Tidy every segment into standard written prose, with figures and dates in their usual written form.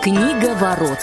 Книга ворот.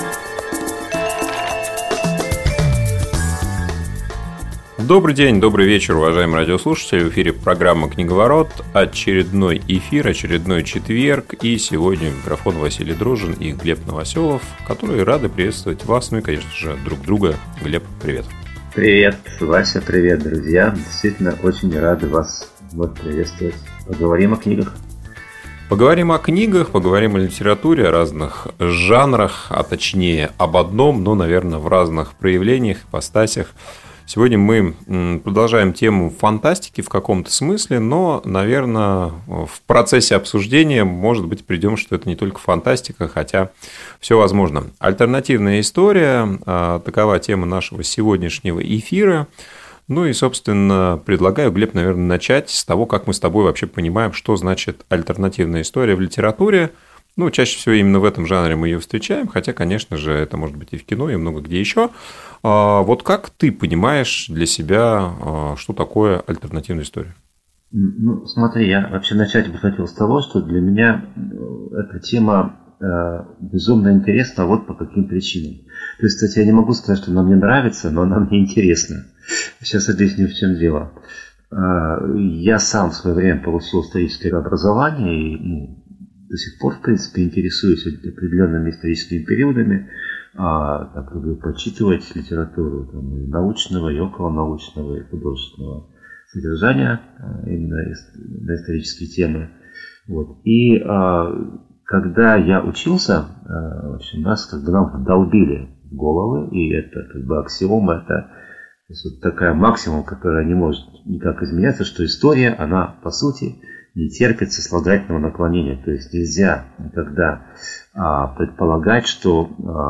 Добрый день, добрый вечер, уважаемые радиослушатели. В эфире программа «Книговорот». Очередной эфир, очередной четверг. И сегодня микрофон Василий Дрожжин и Глеб Новоселов, которые рады приветствовать вас, ну и, конечно же, друг друга. Глеб, привет. Привет, Вася, привет, друзья. Действительно, очень рады вас приветствовать. Поговорим о книгах. Поговорим о книгах, поговорим о литературе, о разных жанрах, а точнее об одном, но, наверное, в разных проявлениях, ипостасях. Сегодня мы продолжаем тему фантастики в каком-то смысле, но, наверное, в процессе обсуждения, может быть, придем, что это не только фантастика, хотя все возможно. Альтернативная история – такова тема нашего сегодняшнего эфира. Ну и, собственно, предлагаю, Глеб, наверное, начать с того, как мы с тобой вообще понимаем, что значит альтернативная история в литературе. Ну, чаще всего именно в этом жанре мы ее встречаем, хотя, конечно же, это может быть и в кино, и много где еще. Вот как ты понимаешь для себя, что такое альтернативная история? Ну, смотри, я вообще начать бы хотел с того, что для меня эта тема безумно интересна вот по каким причинам. То есть, кстати, я не могу сказать, что она мне нравится, но она мне интересна. Сейчас объясню, в чем дело. Я сам в свое время получил историческое образование и до сих пор, в принципе, интересуюсь определенными историческими периодами, так люблю почитывать литературу там, и научного, и околонаучного, и художественного содержания именно на исторические темы. Вот. И когда я учился, в общем, нам долбили в головы, и это как бы аксиома, это вот такая максимум, которая не может никак изменяться, что история, она по сути не терпит сослагательного наклонения. То есть нельзя никогда предполагать, что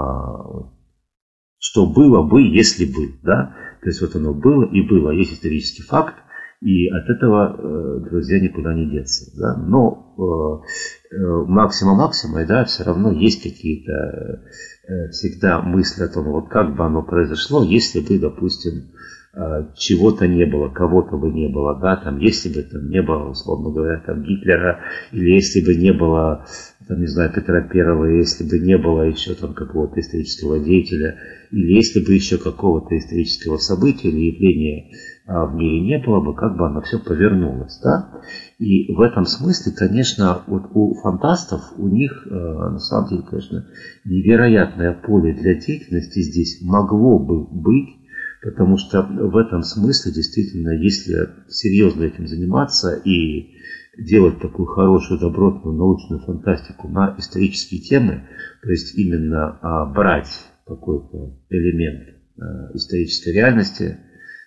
было бы, если бы. Да? То есть вот оно было и было. Есть исторический факт, и от этого, друзья, никуда не деться. Да? Но максима, да, все равно есть какие-то всегда мысли о том, вот как бы оно произошло, если бы, допустим, чего-то не было, кого-то бы не было, да, там, если бы там не было, условно говоря, там, Гитлера, или если бы не было, там, не знаю, Петра Первого, если бы не было еще там какого-то исторического деятеля, или если бы еще какого-то исторического события или явления в мире не было бы, как бы оно все повернулось, да. И в этом смысле, конечно, вот у фантастов, у них, на самом деле, конечно, невероятное поле для деятельности здесь могло бы быть, потому что в этом смысле, действительно, если серьезно этим заниматься и делать такую хорошую, добротную научную фантастику на исторические темы, то есть именно брать какой-то элемент исторической реальности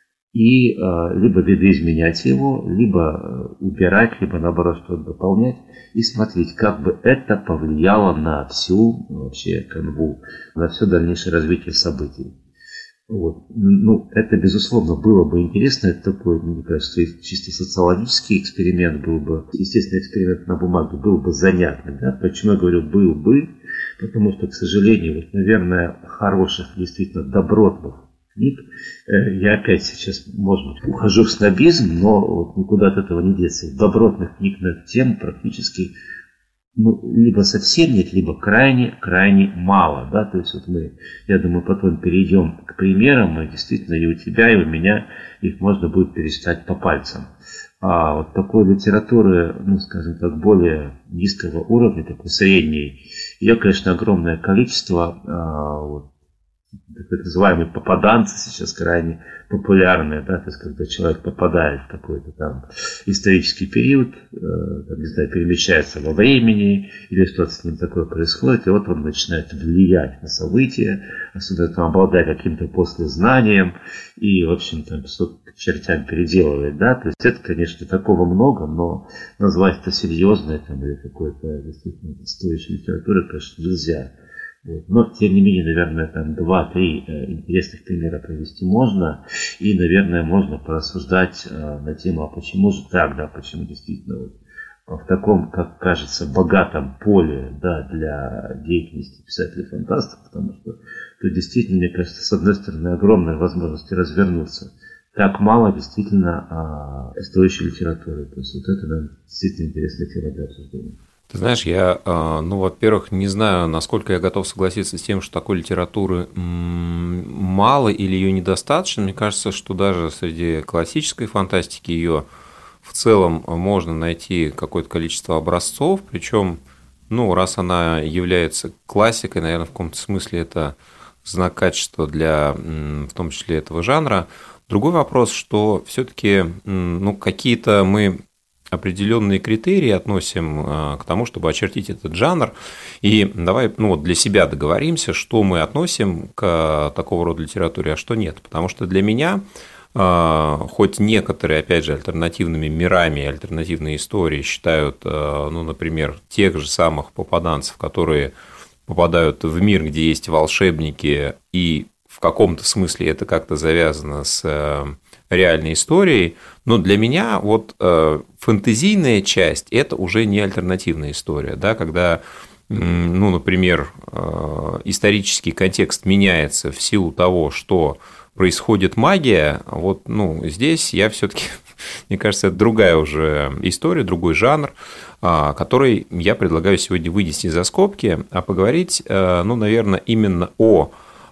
и либо видоизменять его, либо убирать, либо наоборот что-то дополнять и смотреть, как бы это повлияло на всю вообще канву, на все дальнейшее развитие событий. Вот. Ну, это, безусловно, было бы интересно. Это такой, мне кажется, чисто социологический эксперимент был бы. Естественно, эксперимент на бумаге был бы занятный. Да? Почему я говорю «был бы»? Потому что, к сожалению, вот, наверное, хороших, действительно добротных книг, я опять сейчас, может быть, ухожу в снобизм, но вот никуда от этого не деться. Добротных книг на эту тему практически либо совсем нет, либо крайне мало. Да? То есть вот мы, я думаю, потом перейдем к примерам, и действительно и у тебя, и у меня их можно будет пересчитать по пальцам. А вот такой литературы, скажем так, более низкого уровня, такой средней, ее, конечно, огромное количество. Так называемые попаданцы сейчас крайне популярные, да, то есть когда человек попадает в какой-то там исторический период, не знаю, перемещается во времени, или что-то с ним такое происходит, и вот он начинает влиять на события, особенно там обладая каким-то послезнанием, и, в общем, там все к чертям переделывает, да, то есть это, конечно, такого много, но назвать это серьезно, там, или какой-то действительно стоящей литературой, конечно, нельзя. Но, тем не менее, наверное, там 2-3 интересных примера привести можно. И, наверное, можно порассуждать на тему, а почему же так, да, почему действительно в таком, как кажется, богатом поле, да, для деятельности писателей-фантастов, потому что тут действительно, мне кажется, с одной стороны, огромная возможность развернуться. Так мало действительно стоящей литературы. То есть вот это, наверное, действительно интересная тема для обсуждения. Ты знаешь, я, во-первых, не знаю, насколько я готов согласиться с тем, что такой литературы мало или ее недостаточно. Мне кажется, что даже среди классической фантастики ее в целом можно найти какое-то количество образцов, причем, раз она является классикой, наверное, в каком-то смысле это знак качества для, в том числе, этого жанра. Другой вопрос, что все-таки, какие-то мы определенные критерии относим к тому, чтобы очертить этот жанр. И давай для себя договоримся, что мы относим к такого рода литературе, а что нет. Потому что для меня, хоть некоторые, опять же, альтернативными мирами, альтернативные истории считают, например, тех же самых попаданцев, которые попадают в мир, где есть волшебники, и в каком-то смысле это как-то завязано с реальной историей, но для меня фэнтезийная часть – это уже не альтернативная история, да, когда, например, исторический контекст меняется в силу того, что происходит магия, здесь я все-таки, мне кажется, это другая уже история, другой жанр, который я предлагаю сегодня вынести за скобки, а поговорить, наверное, именно о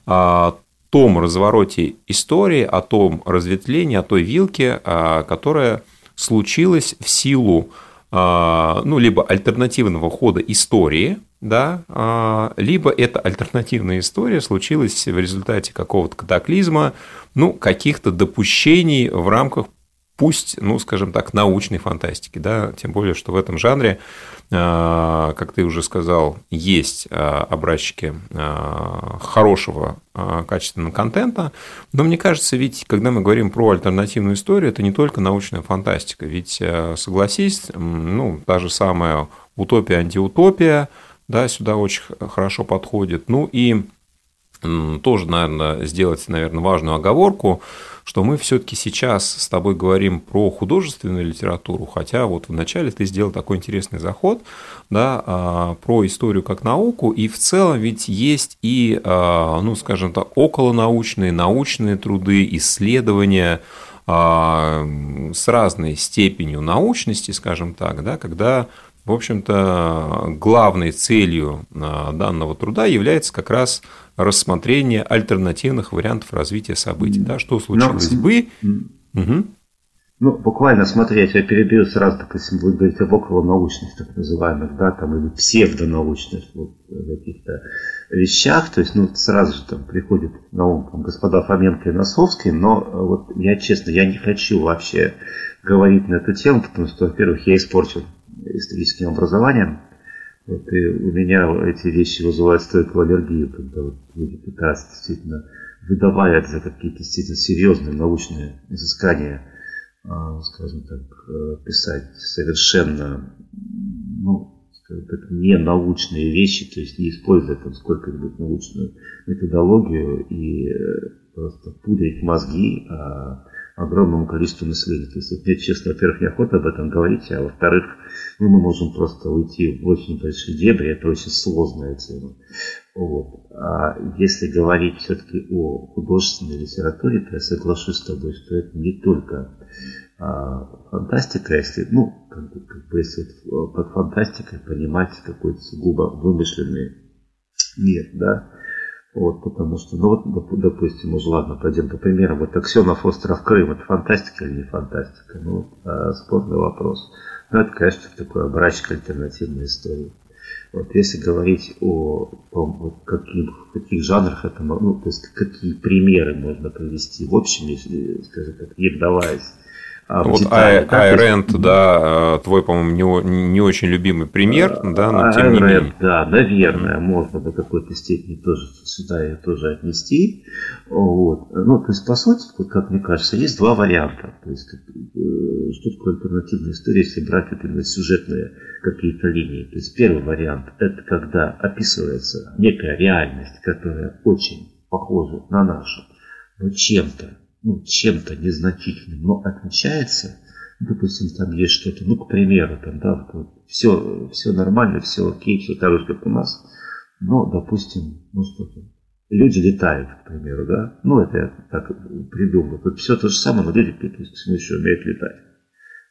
том развороте истории, о том разветвлении, о той вилке, которая случилась в силу либо альтернативного хода истории, да, либо эта альтернативная история случилась в результате какого-то катаклизма, каких-то допущений в рамках, пусть, скажем так, научной фантастики, да, тем более, что в этом жанре, как ты уже сказал, есть образчики хорошего качественного контента, но мне кажется, ведь, когда мы говорим про альтернативную историю, это не только научная фантастика, ведь, согласись, та же самая утопия, антиутопия, да, сюда очень хорошо подходит, и тоже, наверное, сделать, важную оговорку, что мы все-таки сейчас с тобой говорим про художественную литературу, хотя вначале ты сделал такой интересный заход, да, про историю как науку, и в целом ведь есть и, скажем так, околонаучные, научные труды, исследования с разной степенью научности, скажем так, да, когда, в общем-то, главной целью данного труда является как раз рассмотрение альтернативных вариантов развития событий. Да, что случилось бы? Буквально, смотри, я тебя перебью сразу, допустим, будет говорить об околонаучных, так называемых, да, там, или псевдонаучных каких-то вещах, то есть, сразу же там приходит на ум господа Фоменко и Носовский, но я, честно, я не хочу вообще говорить на эту тему, потому что, во-первых, я испорчен историческим образованием, и у меня эти вещи вызывают стойкую аллергию, когда люди пытаются действительно выдавать за какие-то действительно серьезные научные изыскания, скажем так, писать совершенно, скажем так, не научные вещи, то есть не используя там сколько-нибудь научную методологию и просто пудрить мозги огромному количеству населения. То есть мне, честно, во-первых, неохота об этом говорить, а во-вторых, мы можем просто уйти в очень большие дебри, это очень сложная тема. А если говорить все-таки о художественной литературе, то я соглашусь с тобой, что это не только фантастика, если, если под фантастикой понимать какой-то сугубо вымышленный мир, да, потому что, допустим, ладно, пойдем по примеру, Аксенов «Остров Крым», это фантастика или не фантастика? Спорный вопрос. Это, конечно, такой образчик альтернативной истории. Если говорить о том, в каких жанрах это, то есть какие примеры можно привести в общем, если, скажем так, не вдаваясь. Айн Рэнд, да, твой, по-моему, не очень любимый пример, да, но тем не менее. Да, наверное, можно до какой-то степени тоже сюда ее тоже отнести. То есть, по сути, как мне кажется, есть два варианта. То есть, что такое альтернативная история, если брать именно сюжетные какие-то линии. То есть, первый вариант – это когда описывается некая реальность, которая очень похожа на нашу, но чем-то незначительным, но отличается. Допустим, там есть что-то, к примеру, там, да, все нормально, все окей, все так же, как у нас, но, допустим, что-то. Люди летают, к примеру, да, это я так придумал. Тут все то же самое, но люди, допустим, еще умеют летать.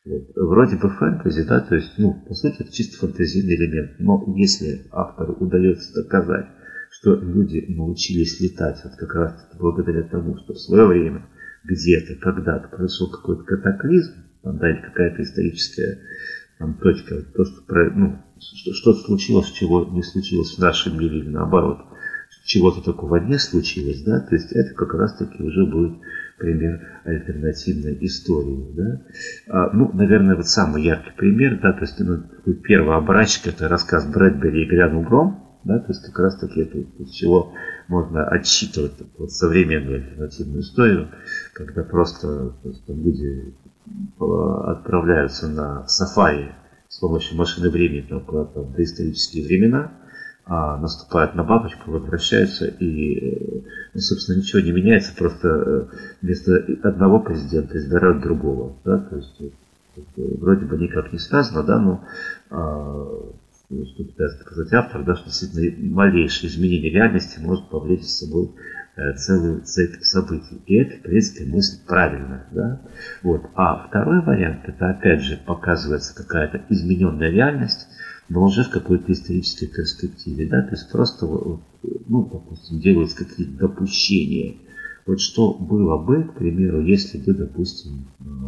Вот. Вроде бы фэнтези, да, то есть, по сути, это чисто фэнтезийный элемент. Но если автору удается доказать, что люди научились летать вот как раз благодаря тому, что в свое время где-то, когда-то произошел какой-то катаклизм, да, или какая-то историческая точка, то, что-то случилось, чего не случилось в нашем мире, или наоборот, чего-то такого не случилось, да, то есть это как раз-таки уже будет пример альтернативной истории, да. Наверное, вот самый яркий пример, да, то есть первый образчик, это рассказ Брэдбери «И грянул гром», да, то есть как раз-таки это из чего можно отсчитывать вот современную альтернативную историю, когда просто люди отправляются на сафари с помощью машины времени в доисторические времена, наступают на бабочку, возвращаются, и, собственно, ничего не меняется, просто вместо одного президента избирают другого. Да? То есть, вроде бы никак не связано, да, но что пытается сказать автор, да, что действительно малейшее изменение реальности может повлечь за собой целую цепь событий. И это, в принципе, мысль правильная. Да? Вот. А второй вариант, это опять же показывается какая-то измененная реальность, но уже в какой-то исторической перспективе, да, то есть просто, допустим, делаются какие-то допущения. Вот что было бы, к примеру, если бы, допустим,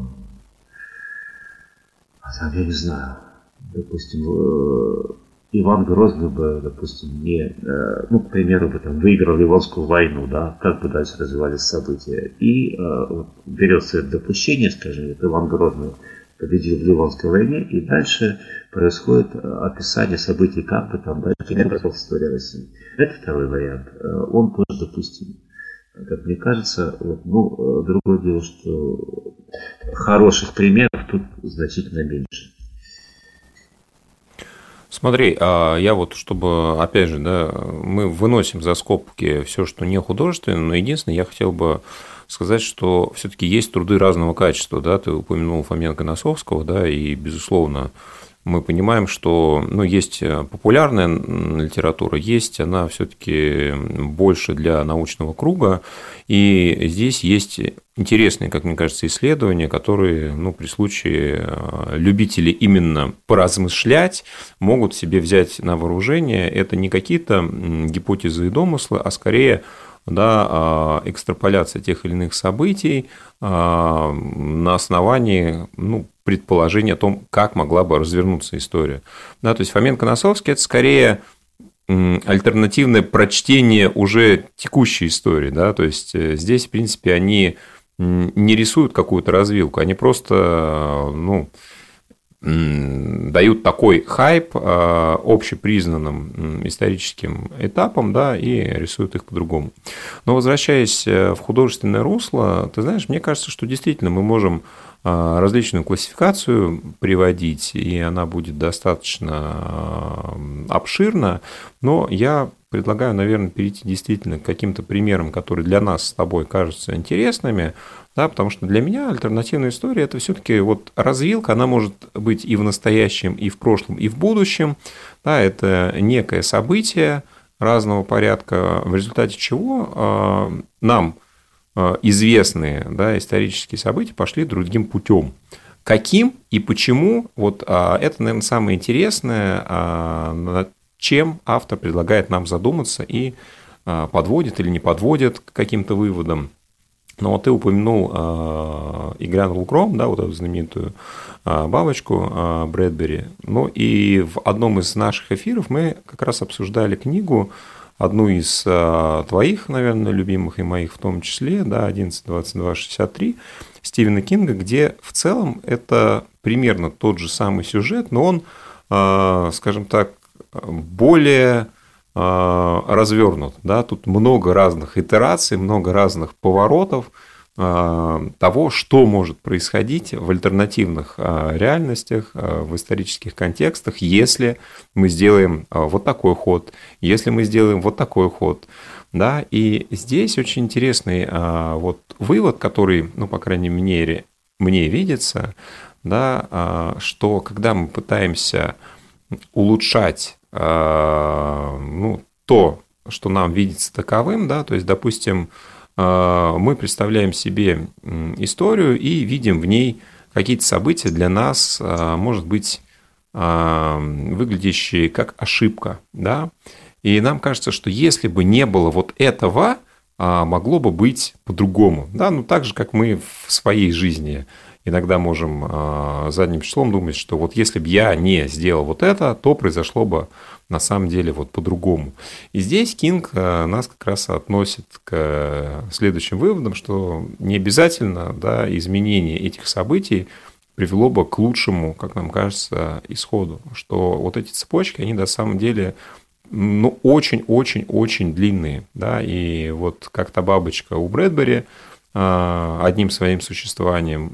я не знаю, допустим, Иван Грозный бы, допустим, к примеру, бы выиграл Ливонскую войну, да, как бы дальше развивались события. И берется это допущение, скажем, Иван Грозный победил в Ливонской войне, и дальше происходит описание событий, как бы там дальше происходит история России. Это второй вариант. Он тоже допустим. Как мне кажется, другое дело, что хороших примеров тут значительно меньше. Смотри, я вот, чтобы, опять же, да, мы выносим за скобки все, что не художественно, но единственное, я хотел бы сказать, что все-таки есть труды разного качества, да, ты упомянул Фоменко-Носовского, да, и, безусловно, мы понимаем, что, есть популярная литература, есть она все-таки больше для научного круга, и здесь есть интересные, как мне кажется, исследования, которые, при случае любители именно поразмышлять могут себе взять на вооружение. Это не какие-то гипотезы и домыслы, а скорее, да, экстраполяция тех или иных событий на основании, предположения о том, как могла бы развернуться история. Да, то есть Фоменко-Носовский – это скорее альтернативное прочтение уже текущей истории. Да, то есть здесь, в принципе, они не рисуют какую-то развилку, они просто дают такой хайп общепризнанным историческим этапам, да, и рисуют их по-другому. Но возвращаясь в художественное русло, ты знаешь, мне кажется, что действительно мы можем различную классификацию приводить, и она будет достаточно обширна, но я предлагаю, наверное, перейти действительно к каким-то примерам, которые для нас с тобой кажутся интересными, да, потому что для меня альтернативная история – это все-таки развилка, она может быть и в настоящем, и в прошлом, и в будущем, да, это некое событие разного порядка, в результате чего нам известные, да, исторические события пошли другим путем. Каким и почему, это, наверное, самое интересное, над чем автор предлагает нам задуматься и подводит или не подводит к каким-то выводам. Но ты упомянул «И грянул гром», да, эту знаменитую бабочку Брэдбери. И в одном из наших эфиров мы как раз обсуждали книгу, одну из твоих, наверное, любимых и моих в том числе, да, 11.22.63 Стивена Кинга, где в целом это примерно тот же самый сюжет, но он, скажем так, более развернут. Да? Тут много разных итераций, много разных поворотов того, что может происходить в альтернативных реальностях, в исторических контекстах, если мы сделаем вот такой ход, если мы сделаем вот такой ход. Да? И здесь очень интересный вывод, который, по крайней мере, мне видится, да, что когда мы пытаемся улучшать то, что нам видится таковым, да, то есть, допустим, мы представляем себе историю и видим в ней какие-то события для нас, может быть, выглядящие как ошибка, да, и нам кажется, что если бы не было вот этого, могло бы быть по-другому, да, ну так же, как мы в своей жизни иногда можем задним числом думать, что вот если бы я не сделал вот это, то произошло бы на самом деле вот по-другому. И здесь Кинг нас как раз относит к следующим выводам, что не обязательно, да, изменение этих событий привело бы к лучшему, как нам кажется, исходу. Что вот эти цепочки, они на самом деле, ну, очень-очень-очень длинные. Да? И вот как та бабочка у Брэдбери одним своим существованием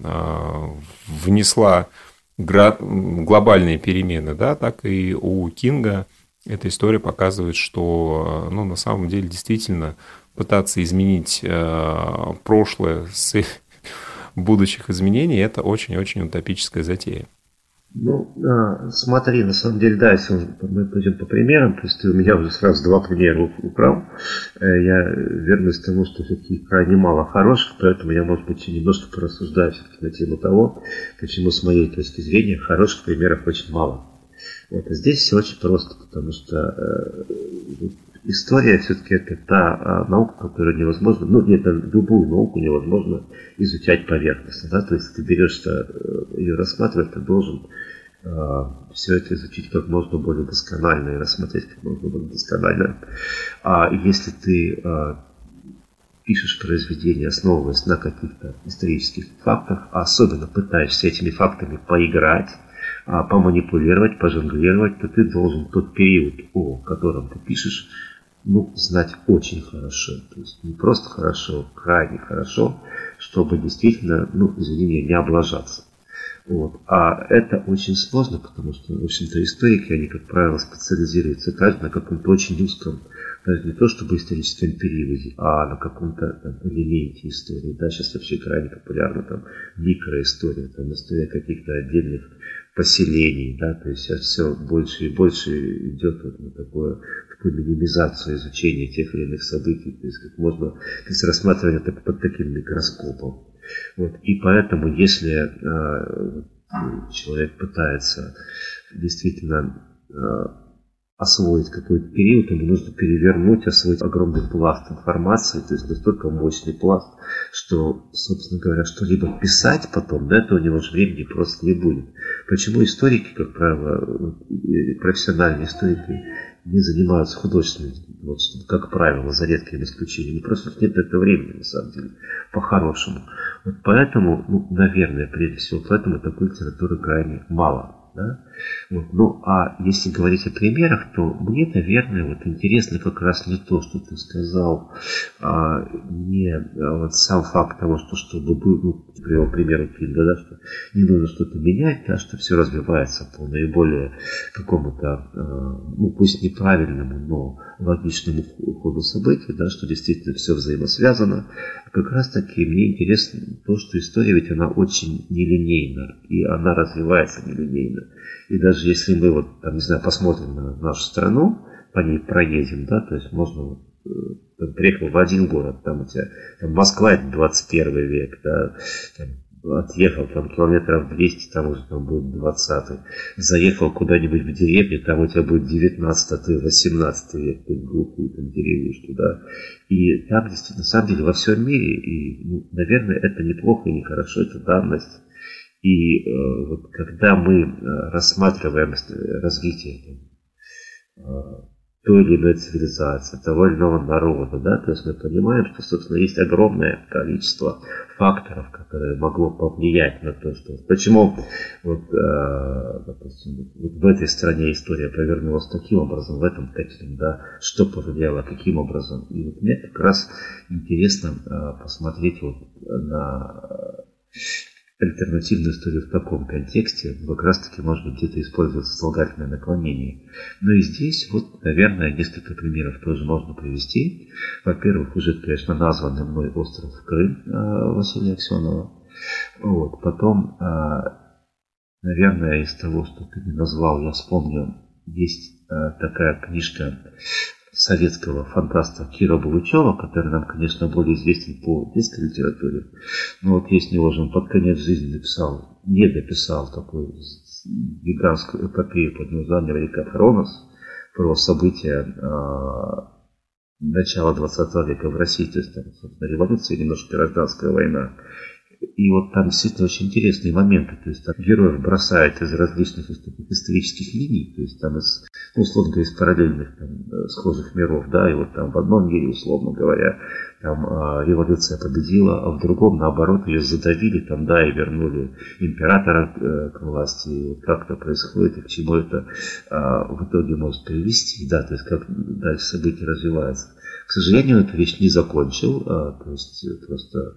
внесла глобальные перемены, да, так и у Кинга эта история показывает, что, ну, на самом деле действительно пытаться изменить прошлое с будущих изменений – это очень-очень утопическая затея. Ну, смотри, на самом деле, да, если мы пойдем по примерам, то есть ты у меня уже сразу два примера украл, я вернусь к тому, что все-таки крайне мало хороших, поэтому я, может быть, немножко порассуждаю все-таки на тему того, почему с моей точки зрения хороших примеров очень мало. Вот, а здесь все очень просто, потому что история все-таки это та наука, которую невозможно, ну, это любую науку невозможно изучать поверхностно, да, то есть ты берешься ее рассматривать, ты должен все это изучить как можно более досконально и рассмотреть как можно более досконально. А если ты пишешь произведение, основываясь на каких-то исторических фактах, а особенно пытаешься этими фактами поиграть, поманипулировать, пожонглировать, то ты должен тот период, о котором ты пишешь, ну, знать очень хорошо. То есть не просто хорошо, крайне хорошо, чтобы действительно, ну, извини меня, не облажаться. Вот. А это очень сложно, потому что, в общем-то, историки, они, как правило, специализируются каждый на каком-то очень узком, даже не то чтобы историческом периоде, а на каком-то элементе истории. Да, сейчас вообще крайне популярна там микроистория, там история каких-то отдельных поселений, да, то есть сейчас все больше и больше идет вот на такую минимизацию изучения тех или иных событий, то есть как можно, то есть рассматривание под таким микроскопом. Вот. И поэтому, если человек пытается действительно освоить какой-то период, ему нужно перевернуть, освоить огромный пласт информации, то есть настолько мощный пласт, что, собственно говоря, что-либо писать потом, до этого у него же времени просто не будет. Почему историки, как правило, профессиональные историки, не занимаются художественным, вот, как правило, за редким исключением. Просто нет этого времени, на самом деле, по-хорошему. Вот поэтому, ну, наверное, прежде всего, поэтому такой литературы крайне мало. Да? Вот. Ну, а если говорить о примерах, то мне, наверное, вот интересно как раз не то, что ты сказал, не вот сам факт того, что чтобы был, ну, привел пример Кинга, да, что не нужно что-то менять, да, что все развивается по наиболее какому-то, ну, пусть неправильному, но логичному ходу событий, да, что действительно все взаимосвязано. Как раз таки мне интересно то, что история ведь она очень нелинейна, и она развивается нелинейно. И даже если мы вот, там, не знаю, посмотрим на нашу страну, по ней проедем, да, то есть можно вот, там, приехал в один город, там у тебя там Москва это 21 век, да, там, отъехал там километров 200, там уже там будет 20-й. Заехал куда-нибудь в деревню, там у тебя будет 19-й, 18 век, глухую там деревушку, да. И там действительно, на самом деле, во всем мире, и, ну, наверное, это неплохо и нехорошо, это данность. И вот когда мы рассматриваем развитие той или иной цивилизации, того или иного народа, да, то есть мы понимаем, что, собственно, есть огромное количество факторов, которые могло повлиять на то, что... Почему вот, допустим, вот в этой стране история повернулась таким образом, в этом таким, да, что повлияло, каким образом. И вот мне как раз интересно посмотреть вот на альтернативную историю в таком контексте, как раз таки, может быть, где-то используется слагательное наклонение. Ну и здесь, вот, наверное, несколько примеров тоже можно привести. Во-первых, уже, конечно, названный мной остров Крым Василия Аксенова. Вот. Потом, наверное, из того, что ты мне назвал, я вспомню, есть такая книжка советского фантаста Кира Булычева, который нам, конечно, более известен по детской литературе. Но вот есть у него же, он под конец жизни не дописал такую гигантскую эпопею под названием «Река Фаронос» про события начала 20 века в России, то есть там, собственно, революция, немножко гражданская война. И вот там действительно очень интересные моменты. То есть там героев бросают из различных исторических линий, то есть там из, условно говоря, из параллельных там, схожих миров, да, и вот там в одном мире, условно говоря, там революция победила, а в другом, наоборот, ее задавили, там, да, и вернули императора к власти. И вот как это происходит, и к чему это в итоге может привести, да, то есть как дальше события развиваются. К сожалению, эту вещь не закончил, то есть просто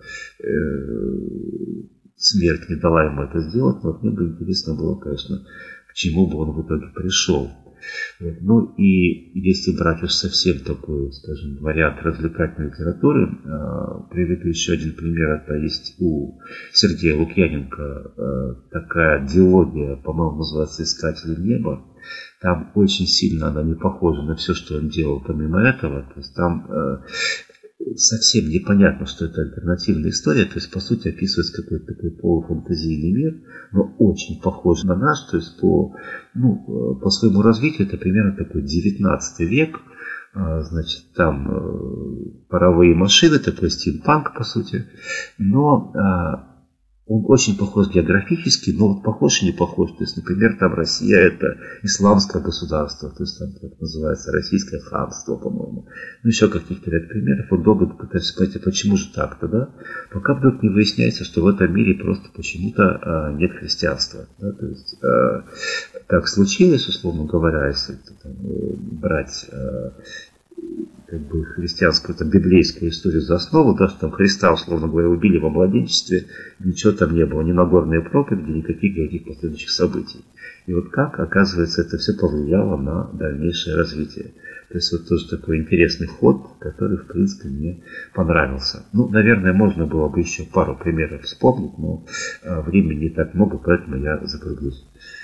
смерть не дала ему это сделать, но вот мне бы интересно было, конечно, к чему бы он в итоге пришел. Вот. Ну и если брать уж совсем такой, скажем, вариант развлекательной литературы, приведу еще один пример. Это есть у Сергея Лукьяненко такая дилогия, по-моему, называется «Искатели неба». Там очень сильно она не похожа на все, что он делал помимо этого. То есть там совсем непонятно, что это альтернативная история. То есть, по сути, описывается какой-то такой полуфантазийный мир, но очень похож на наш. То есть, по своему развитию это примерно такой 19 век. Значит, там паровые машины, такой стимпанк, по сути. Но он очень похож географически, но вот похож и не похож. То есть, например, там Россия – это исламское государство, то есть там как называется российское ханство, по-моему. Ну, еще каких-то ряд примеров. Он долго пытается понять, почему же так-то, да? Пока вдруг не выясняется, что в этом мире просто почему-то нет христианства. Да? То есть, так случилось, условно говоря, если там, брать как бы христианскую, там, библейскую историю за основу, да, что там Христа, условно говоря, убили во младенчестве, ничего там не было, ни Нагорной проповеди, никаких последующих событий. И вот как, оказывается, это все повлияло на дальнейшее развитие. То есть вот тоже такой интересный ход, который, в принципе, мне понравился. Ну, наверное, можно было бы еще пару примеров вспомнить, но времени не так много, поэтому я закруглюсь.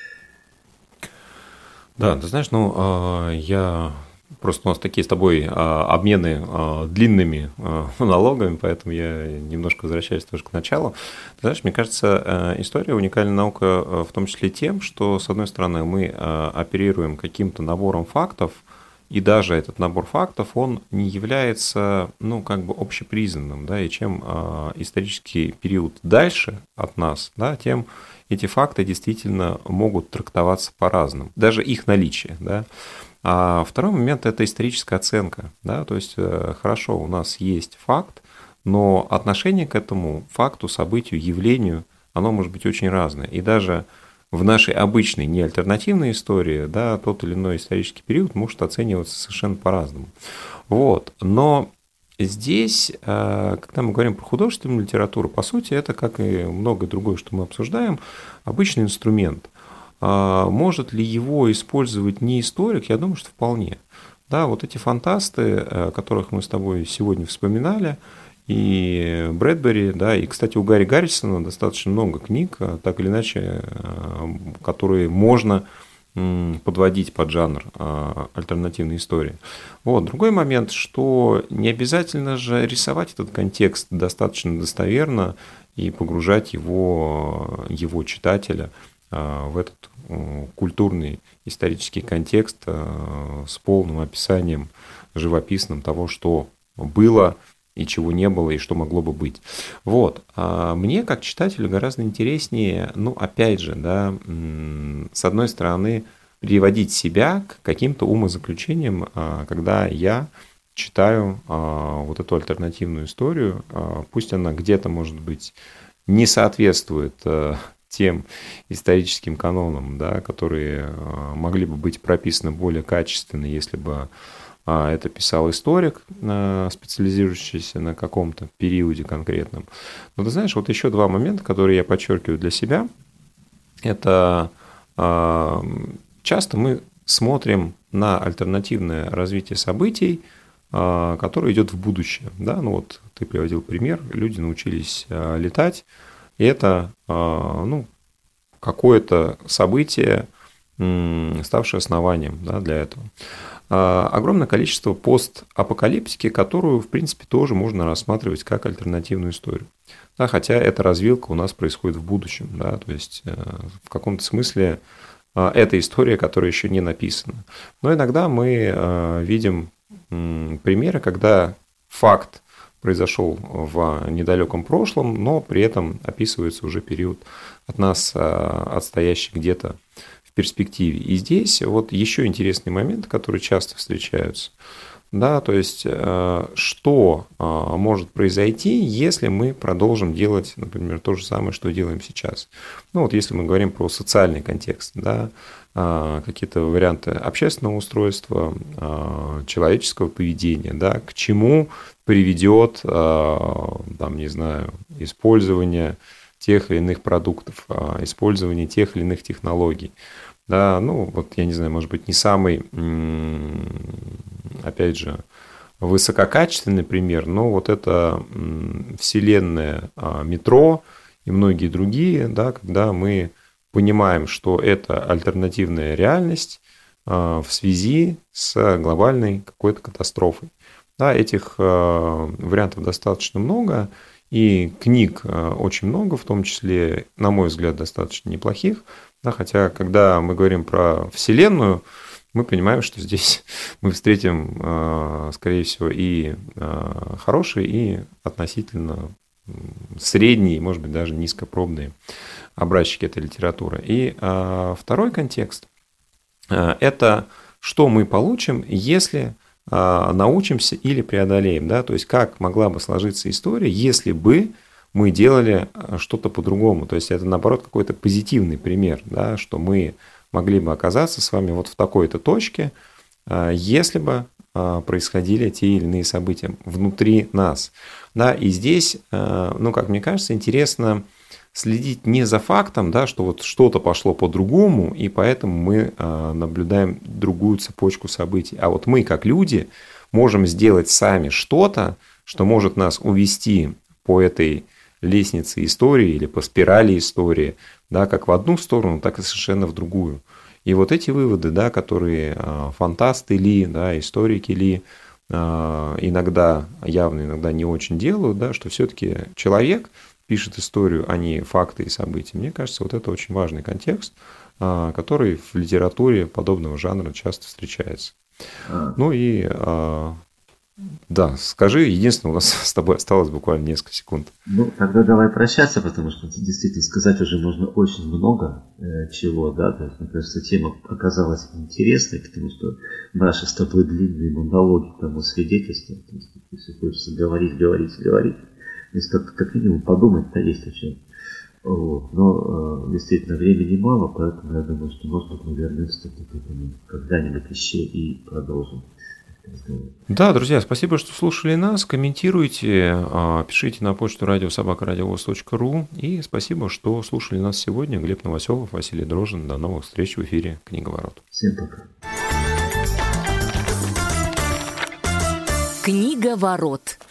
Да, ты знаешь, я... Просто у нас такие с тобой обмены длинными монологами, поэтому я немножко возвращаюсь тоже к началу. Ты знаешь, мне кажется, история уникальная наука в том числе тем, что, с одной стороны, мы оперируем каким-то набором фактов, и даже этот набор фактов, он не является, общепризнанным, да, и чем исторический период дальше от нас, да, тем эти факты действительно могут трактоваться по-разному, даже их наличие, да. А второй момент – это историческая оценка. Да? То есть, хорошо, у нас есть факт, но отношение к этому факту, событию, явлению, оно может быть очень разное. И даже в нашей обычной, не альтернативной истории, да, тот или иной исторический период может оцениваться совершенно по-разному. Вот. Но здесь, когда мы говорим про художественную литературу, по сути, это, как и многое другое, что мы обсуждаем, обычный инструмент. Может ли его использовать не историк? Я думаю, что вполне. Да, вот эти фантасты, которых мы с тобой сегодня вспоминали, и Брэдбери, да, и, кстати, у Гарри Гаррисона достаточно много книг, так или иначе, которые можно подводить под жанр альтернативной истории. Вот. Другой момент, что не обязательно же рисовать этот контекст достаточно достоверно и погружать его читателя в этот культурный исторический контекст с полным описанием живописным того, что было и чего не было, и что могло бы быть. Вот. Мне, как читателю, гораздо интереснее, опять же, да, с одной стороны, приводить себя к каким-то умозаключениям, когда я читаю вот эту альтернативную историю, пусть она где-то, может быть, не соответствует тем историческим канонам, да, которые могли бы быть прописаны более качественно, если бы это писал историк, специализирующийся на каком-то периоде конкретном. Но ты знаешь, вот еще два момента, которые я подчеркиваю для себя, это часто мы смотрим на альтернативное развитие событий, которое идет в будущее. Да? Вот ты приводил пример, люди научились летать, и это какое-то событие, ставший основанием, да, для этого. Огромное количество постапокалиптики, которую, в принципе, тоже можно рассматривать как альтернативную историю. Да, хотя эта развилка у нас происходит в будущем. Да, то есть, в каком-то смысле это история, которая еще не написана. Но иногда мы видим примеры, когда факт произошел в недалеком прошлом, но при этом описывается уже период от нас отстоящий где-то в перспективе. И здесь вот еще интересный момент, который часто встречаются. Да, то есть, что может произойти, если мы продолжим делать, например, то же самое, что делаем сейчас. Ну, вот если мы говорим про социальный контекст, да, какие-то варианты общественного устройства, человеческого поведения, да, к чему приведет, там, не знаю, использование тех или иных продуктов, использование тех или иных технологий. Да, ну, вот я не знаю, может быть, не самый, опять же, высококачественный пример, но вот это вселенная метро и многие другие, да, когда мы понимаем, что это альтернативная реальность в связи с глобальной какой-то катастрофой. Да, этих вариантов достаточно много, и книг очень много, в том числе, на мой взгляд, достаточно неплохих. Да, хотя, когда мы говорим про Вселенную, мы понимаем, что здесь мы встретим, скорее всего, и хорошие, и относительно средние, может быть, даже низкопробные образчики этой литературы. И второй контекст – это что мы получим, если научимся или преодолеем. Да? То есть, как могла бы сложиться история, если бы мы делали что-то по-другому. То есть, это, наоборот, какой-то позитивный пример, да? Что мы могли бы оказаться с вами вот в такой-то точке, если бы происходили те или иные события внутри нас. Да? И здесь, ну, как мне кажется, интересно следить не за фактом, да, что вот что-то пошло по-другому, и поэтому мы наблюдаем другую цепочку событий. А вот мы, как люди, можем сделать сами что-то, что может нас увести по этой лестнице истории или по спирали истории, да, как в одну сторону, так и совершенно в другую. И вот эти выводы, да, которые фантасты ли, да, историки ли, иногда явно, иногда не очень делают, да, что все-таки человек пишет историю, а не факты и события. Мне кажется, вот это очень важный контекст, который в литературе подобного жанра часто встречается. Ну и да, скажи, единственное, у нас с тобой осталось буквально несколько секунд. Ну, тогда давай прощаться, потому что действительно сказать уже можно очень много чего, да, то есть, мне кажется, тема оказалась интересной, потому что наши с тобой длинные монологи тому свидетельствуют, то есть, если хочется говорить, то есть, как минимум подумать-то есть о чем. Вот. Но действительно времени мало, поэтому я думаю, что, может быть, мы вернемся к этому когда-нибудь еще и продолжим. Да, друзья, спасибо, что слушали нас. Комментируйте, пишите на почту radio.sobaka.radiovoz.ru. И спасибо, что слушали нас сегодня. Глеб Новоселов, Василий Дрожжин. До новых встреч в эфире «Книговорот». Всем пока. «Книговорот».